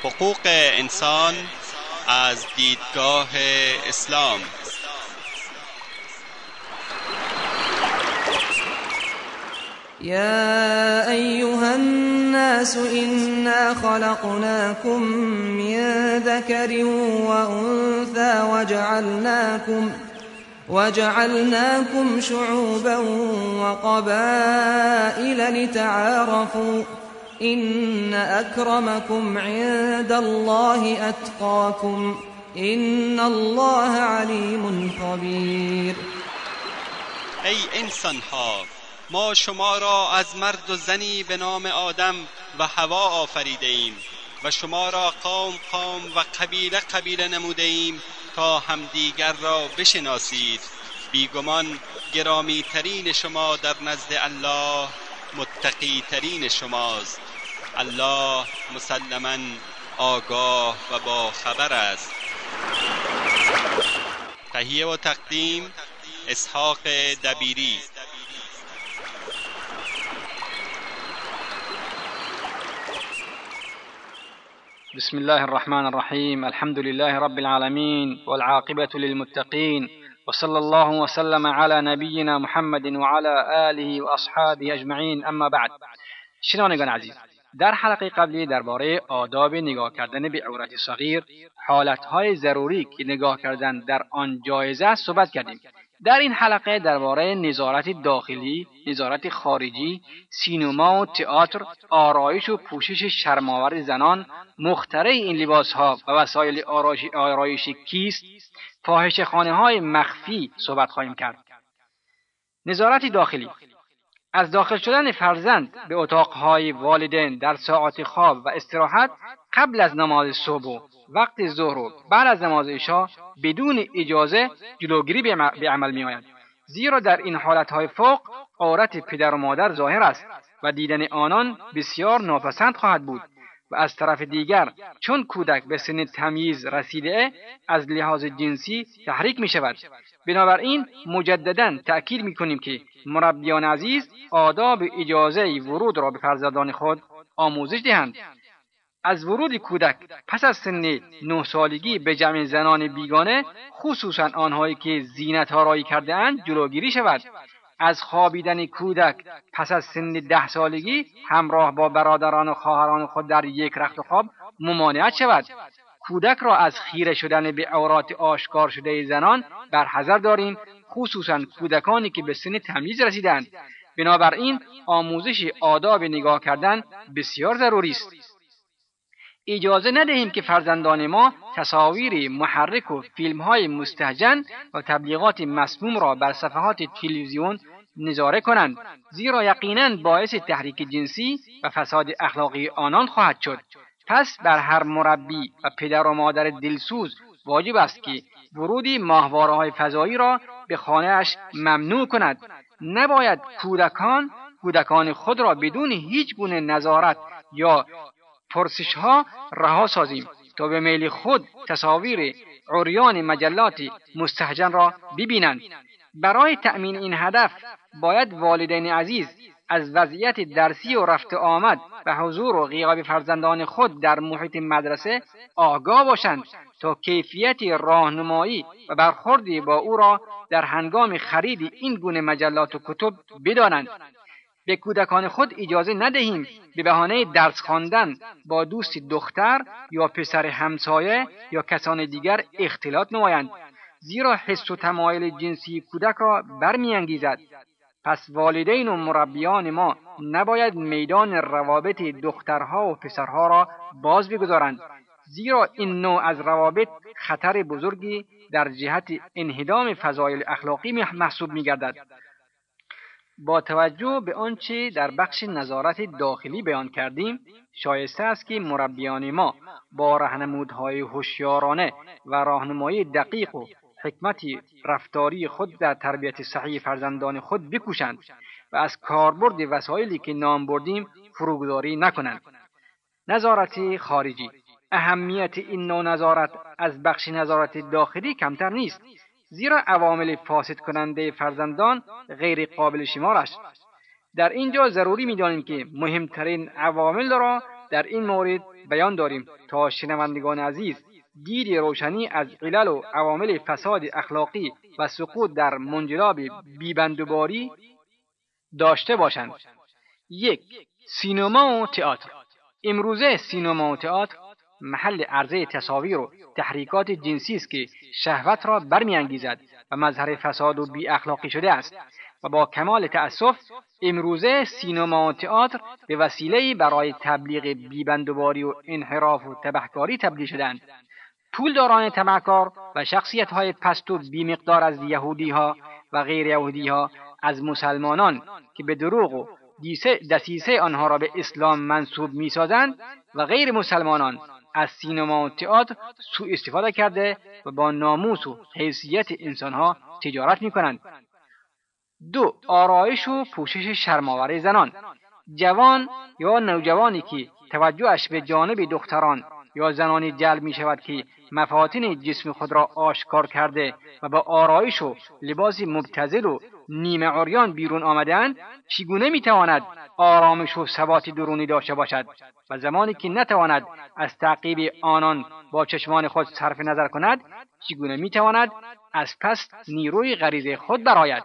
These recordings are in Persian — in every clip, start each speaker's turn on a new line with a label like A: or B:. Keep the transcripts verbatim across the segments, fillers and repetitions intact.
A: حقوق انسان از دیدگاه اسلام.
B: يا أيها الناس إنا خلقناكم من ذكر وأنثى وجعلناكم وجعلناكم شعوبا وقبائل لتعارفوا إن أكرمكم عند الله أتقاكم إن الله عليم خبير.
A: ای انسان ها، ما شما را از مرد و زنی به نام آدم و حوا آفریده ایم و شما را قوم قوم و قبیله قبیله نموده ایم تا همدیگر را بشناسید. بیگمان گرامی ترین شما در نزد الله متقی ترین شماست. الله مسلماً آگاه و با خبر است. تهیه و تقدیم اسحاق دبیری.
C: بسم الله الرحمن الرحيم. الحمد لله رب العالمين والعاقبة للمتقين وصلى الله وسلم على نبينا محمد وعلى آله وأصحابه أجمعين. اما بعد. شنوندگان عزیز، در حلقه قبلی درباره آداب نگاه کردن به عورت صغیر، حالتهای ضروری که نگاه کردن در آن جایز است صحبت کردیم. در این حلقه درباره نظارت داخلی، نظارت خارجی، سینما و تئاتر، آرایش و پوشش شرم‌آور زنان، مخترع این لباس‌ها و وسایل آرایشی کیست، فاحشه‌خانه‌های مخفی صحبت خواهیم کرد. نظارت داخلی: از داخل شدن فرزند به اتاقهای والدین در ساعات خواب و استراحت، قبل از نماز صبح و وقت ظهر و بعد از نماز عشا بدون اجازه جلوگیری به عمل می آید. زیرا در این حالتهای فوق عورت پدر و مادر ظاهر است و دیدن آنان بسیار ناپسند خواهد بود و از طرف دیگر چون کودک به سن تمییز رسیده از لحاظ جنسی تحریک می شود. بنابراین مجددا تأکید می کنیم که مربیان عزیز آداب اجازه ورود را به فرزندان خود آموزش دهند. از ورود کودک پس از سن نه سالگی به جمع زنان بیگانه، خصوصا آنهایی که زینت آرایی کرده اند، جلوگیری شود. از خوابیدن کودک پس از سن ده سالگی همراه با برادران و خواهران خود در یک رخت خواب ممانعت شود. کودک را از خیره شدن به عورات آشکار شده زنان برحذر داریم، خصوصا کودکانی که به سن تمییز رسیدند. بنابراین آموزش آداب نگاه کردن بسیار ضروری است. اجازه ندهیم که فرزندان ما تصاویر محرک و فیلم‌های مستهجن و تبلیغات مسموم را بر صفحات تلویزیون نظاره کنند، زیرا یقیناً باعث تحریک جنسی و فساد اخلاقی آنان خواهد شد. پس بر هر مربی و پدر و مادر دلسوز واجب است که ورود ماهواره‌های فضایی را به خانه‌اش ممنوع کند. نباید کودکان کودکان خود را بدون هیچ گونه نظارت یا پرسش ها رها سازیم تا به میل خود تصاویر عریان مجلات مستهجن را ببینند. برای تأمین این هدف باید والدین عزیز از وضعیت درسی و رفت آمد و حضور و غیاب فرزندان خود در محیط مدرسه آگاه باشند تا کیفیت راهنمایی و برخوردی با او را در هنگام خرید این گونه مجلات و کتب بدانند. به کودکان خود اجازه ندهیم به بهانه درس خواندن با دوست دختر یا پسر همسایه یا کسان دیگر اختلاط نمایند، زیرا حس و تمایل جنسی کودک را برمی‌انگیزد. پس والدین و مربیان ما نباید میدان روابط دخترها و پسرها را باز بگذارند، زیرا این نوع از روابط خطر بزرگی در جهت انهدام فضایل اخلاقی محسوب می‌گردد. با توجه به آنچه در بخش نظارت داخلی بیان کردیم، شایسته است که مربیان ما با راهنمودهای هوشیارانه و راهنمایی دقیق و حکمت رفتاری خود در تربیت صحیح فرزندان خود بکوشند و از کاربرد وسایلی که نام بردیم فروگذاری نکنند. نظارت خارجی: اهمیت این نوع نظارت از بخش نظارت داخلی کمتر نیست، زیرا عوامل فاسد کننده فرزندان غیر قابل شمار است. در اینجا ضروری می‌دانیم که مهمترین عوامل را در این مورد بیان داریم تا شنوندگان عزیز دیدی روشنی از علل و عوامل فساد اخلاقی و سقوط در منجلاب بیبندوباری داشته باشند. یک، سینما و تئاتر. امروزه سینما و تئاتر محل عرضه تصاویر و تحریکات جنسی است که شهوت را برمی‌انگیزد و مظهر فساد و بی اخلاقی شده است و با کمال تأسف امروزه سینما و تئاتر به وسیله برای تبلیغ بیبندوباری و انحراف و تبهکاری تبدیل شدند. پولداران تبهکار و شخصیت‌های پست و بی‌مقدار از یهودی‌ها و غیر یهودی‌ها از مسلمانان که به دروغ و دسیسه آنها را به اسلام منسوب می‌سازند و غیر مسلمانان از سینما و تئاتر سوء استفاده کرده و با ناموس و حیثیت انسانها تجارت می‌کنند. دو، آرایش و پوشش شرم‌آور زنان. جوان یا نوجوانی که توجهش به جانب دختران یا زنانی جلب می شود که مفاتن جسم خود را آشکار کرده و با آرایش و لباس مبتذل و نیمه عریان بیرون آمدند، چگونه می تواند آرامش و ثبات درونی داشته باشد و زمانی که نتواند از تعقیب آنان با چشمان خود صرف نظر کند، چگونه می تواند از پس نیروی غریزه خود برآید؟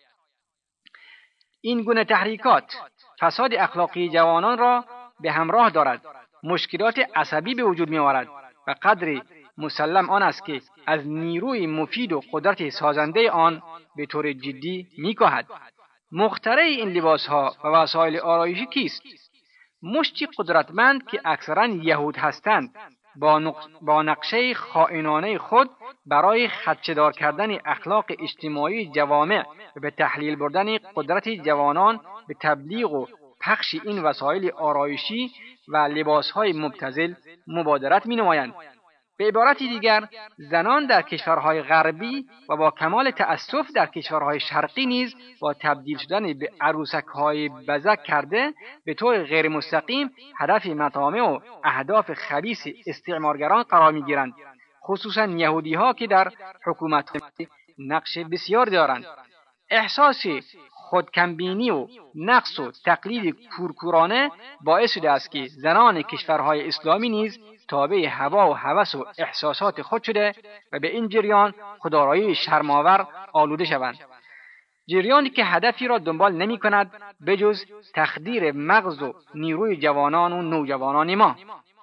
C: این گونه تحریکات فساد اخلاقی جوانان را به همراه دارد، مشکلات عصبی به وجود می آورد و قدر مسلم آن است که از نیروی مفید و قدرت سازنده آن به طور جدی می کاهد. مخترع این لباس ها و وسایل آرایشی کیست؟ مشتی قدرتمند که اکثرا یهود هستند با, نق... با نقشه خائنانه خود برای خدشه‌دار کردن اخلاق اجتماعی جوامع و به تحلیل بردن قدرت جوانان به تبلیغ و پخش این وسایل آرایشی و لباسهای مبتذل مبادرت می نمایند. به عبارت دیگر، زنان در کشورهای غربی و با کمال تأسف در کشورهای شرقی نیز با تبدیل شدن به عروسک‌های بزک کرده به طور غیر مستقیم هدف مطامع و اهداف خبیث استعمارگران قرار می‌گیرند، خصوصا یهودی‌ها که در حکومت نقش بسیار دارند. احساس خودکمبینی و نقص و تقلید کورکورانه باعث شده است که زنان کشورهای اسلامی نیز تابع هوا و هوس و احساسات خود شده و به این جریان خودآرایی شرم‌آور آلوده شوند، جریانی که هدفی را دنبال نمی کند بجز تخدیر مغز و نیروی جوانان و نوجوانان ما.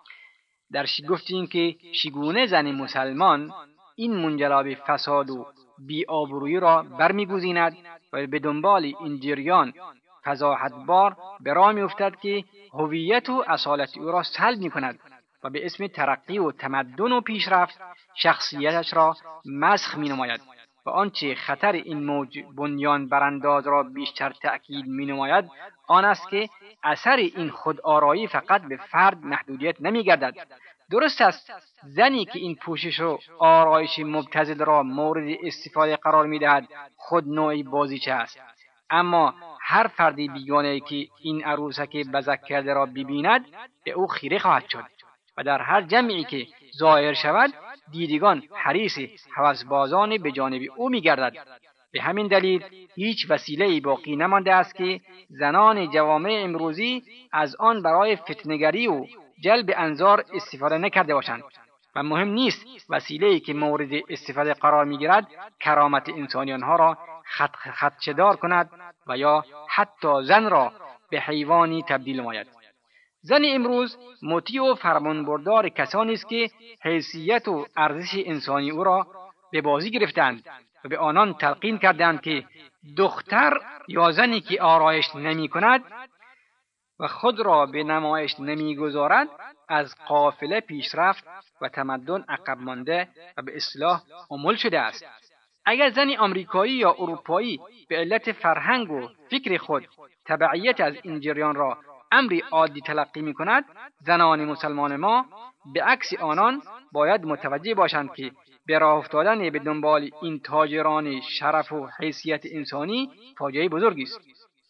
C: در شگفت این که چگونه زن مسلمان این منجلاب فساد و بی‌آبرویی را برمی‌گزیند و به دنبال این جریان فضاحت‌بار به راه می‌افتد که هویت و اصالت او را سلب می‌کند و به اسم ترقی و تمدن و پیشرفت شخصیتش را مسخ می‌نماید و آنچه خطر این موج بنیان برانداز را بیشتر تأکید می‌نماید آن است که اثر این خودآرایی فقط به فرد محدودیت نمی‌گردد. درست است زنی که این پوشش و آرایش مبتذل را مورد استفاده قرار می‌دهد خود نوعی بازیچه است، اما هر فردی بیگانه‌ای که این عروسک بزک کرده را ببیند به او خیره خواهد شد و در هر جمعی که ظاهر شود دیدگان حریص هوسبازان به جانب او می‌گردد. به همین دلیل هیچ وسیله‌ای باقی نمانده است که زنان جوامع امروزی از آن برای فتنه‌گری و جلب انظار استفاده نکرده باشند و مهم نیست وسیله‌ای که مورد استفاده قرار می‌گیرد کرامت انسانی آنها را خط خدشه‌دار کند و یا حتی زن را به حیوانی تبدیل نماید. زن امروز مطیع و فرمانبردار کسانی است که حیثیت و ارزش انسانی او را به بازی گرفتند و به آنان تلقین کردند که دختر یا زنی که آرایش نمی کند و خود را به نمایش نمیگذارد از قافله پیشرفت و تمدن عقب مانده و به اصطلاح امول شده است. اگر زنی آمریکایی یا اروپایی به علت فرهنگ و فکر خود تبعیت از این جریان را امری عادی تلقی می کند، زنان مسلمان ما به عکس آنان باید متوجه باشند که به راه افتادن به دنبال این تاجران شرف و حیثیت انسانی فاجعه بزرگی است.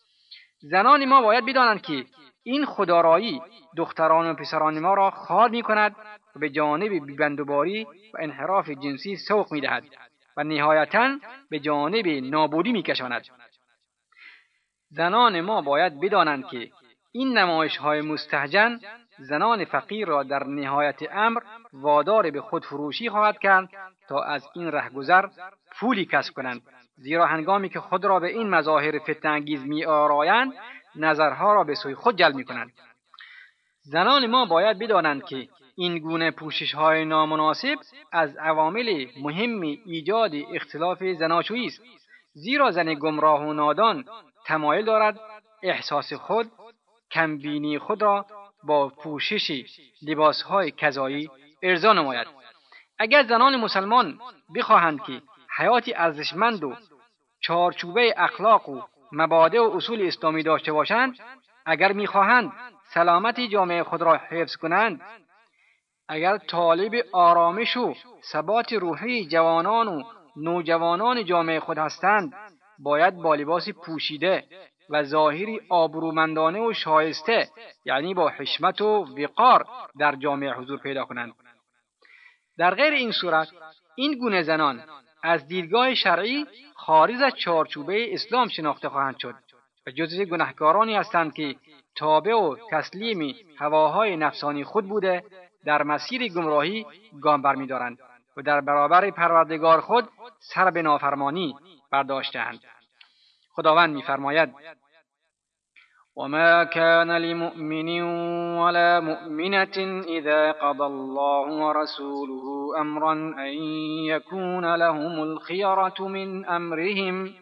C: زنان ما باید بدانند که این خودآرایی دختران و پسران ما را خوار می کند و به جانب بیبندوباری و انحراف جنسی سوق می دهد و نهایتاً به جانب نابودی می کشاند. زنان ما باید بدانند که این نمایش های مستهجن زنان فقیر را در نهایت امر وادار به خود فروشی خواهد کرد تا از این رهگذر پولی کسب کنند، زیرا هنگامی که خود را به این مظاهر فتنه انگیز می آرایند نظرها را به سوی خود جلب می کنند. زنان ما باید بدانند که این گونه پوشش های نامناسب از عوامل مهم ایجاد اختلاف زناشویی است، زیرا زن گمراه و نادان تمایل دارد احساس خود کمبینی خود را با پوشش لباسهای کذایی ارضا نماید. اگر زنان مسلمان بخواهند که حیاتی ارزشمند و چارچوبه اخلاق و مبادئ و اصول اسلامی داشته باشند، اگر میخواهند سلامت جامعه خود را حفظ کنند، اگر طالب آرامش و ثبات روحی جوانان و نوجوانان جامعه خود هستند، باید با لباس پوشیده و ظاهری آبرومندانه و شایسته، یعنی با حشمت و وقار در جامعه حضور پیدا کنند. در غیر این صورت این گونه زنان از دیدگاه شرعی خارج از چارچوبه اسلام شناخته خواهند شد و جزو گناهکارانی هستند که تابع و تسلیم هواهای نفسانی خود بوده در مسیر گمراهی گام برمی‌دارند و در برابر پروردگار خود سر به نافرمانی برداشته‌اند. خداوند می‌فرماید: وما كان لمؤمن ولا مؤمنة إذا قضى الله ورسوله أمرا أن يكون لهم الخيرة من أمرهم.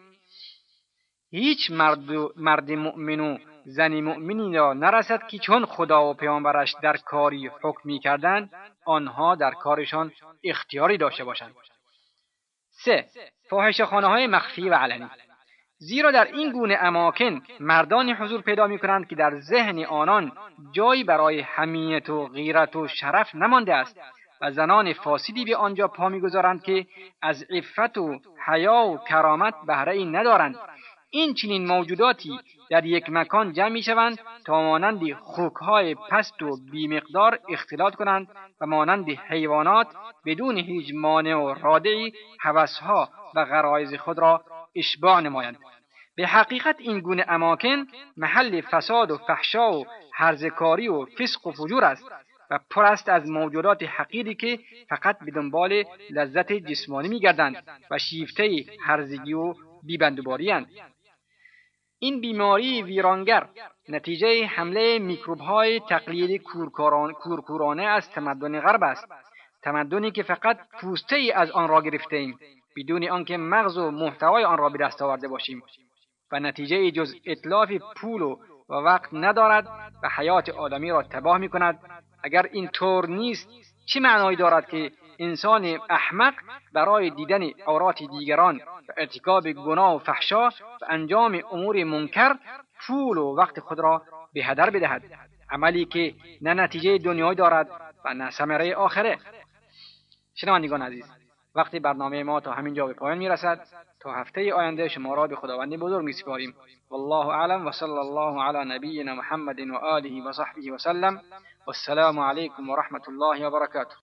C: هیچ مرد, مرد مؤمن و زن مؤمنی را نرسد که چون خدا و پیامبرش در کاری حکم می‌کردند آنها در کارشان اختیاری داشته باشند. سه. فاحشه‌خانه‌های مخفی و علنی. زیرا در این گونه اماکن مردانی حضور پیدا می‌کنند که در ذهن آنان جایی برای حمیت و غیرت و شرف نمانده است و زنان فاسدی به آنجا پا می‌گذارند که از عفت و حیا و کرامت بهره‌ای ندارند. این چنین موجوداتی در یک مکان جمع می‌شوند تا مانند خوک‌های پست و بی‌مقدار اختلاط کنند و مانند حیوانات بدون هیچ مانع و رادعی هوس‌ها و غرایز خود را اشباع نمایند. به حقیقت این گونه اماکن محل فساد و فحشا و هرزکاری و فسق و فجور است و پر است از موجودات حقیری که فقط به دنبال لذت جسمانی می‌گردند و شیفته هرزگی و بی‌بندوباری اند. این بیماری ویرانگر نتیجه حمله میکروب‌های تقلید کورکورانه از تمدن غرب است، تمدنی که فقط پوسته‌ای از آن را گرفته‌ایم بدون آنکه مغز و محتوای آن را به دست آورده باشیم و نتیجه جز اتلاف پول و وقت ندارد و حیات آدمی را تباه می‌کند. اگر این طور نیست چه معنایی دارد که انسان احمق برای دیدن عورات دیگران و ارتکاب گناه و فحشا و انجام امور منکر پول و وقت خود را به هدر بدهد، عملی که نه نتیجه دنیایی دارد و نه ثمره آخره. شنوندگان عزیز، وقتی برنامه ما تا همین جا به پایان میرسد، تا هفته آینده شما را به خداوند بزرگ میسپاریم. والله اعلم و صلی الله علی نبینا محمد و آله و صحبه و سلم. والسلام علیکم و رحمت الله و برکاته.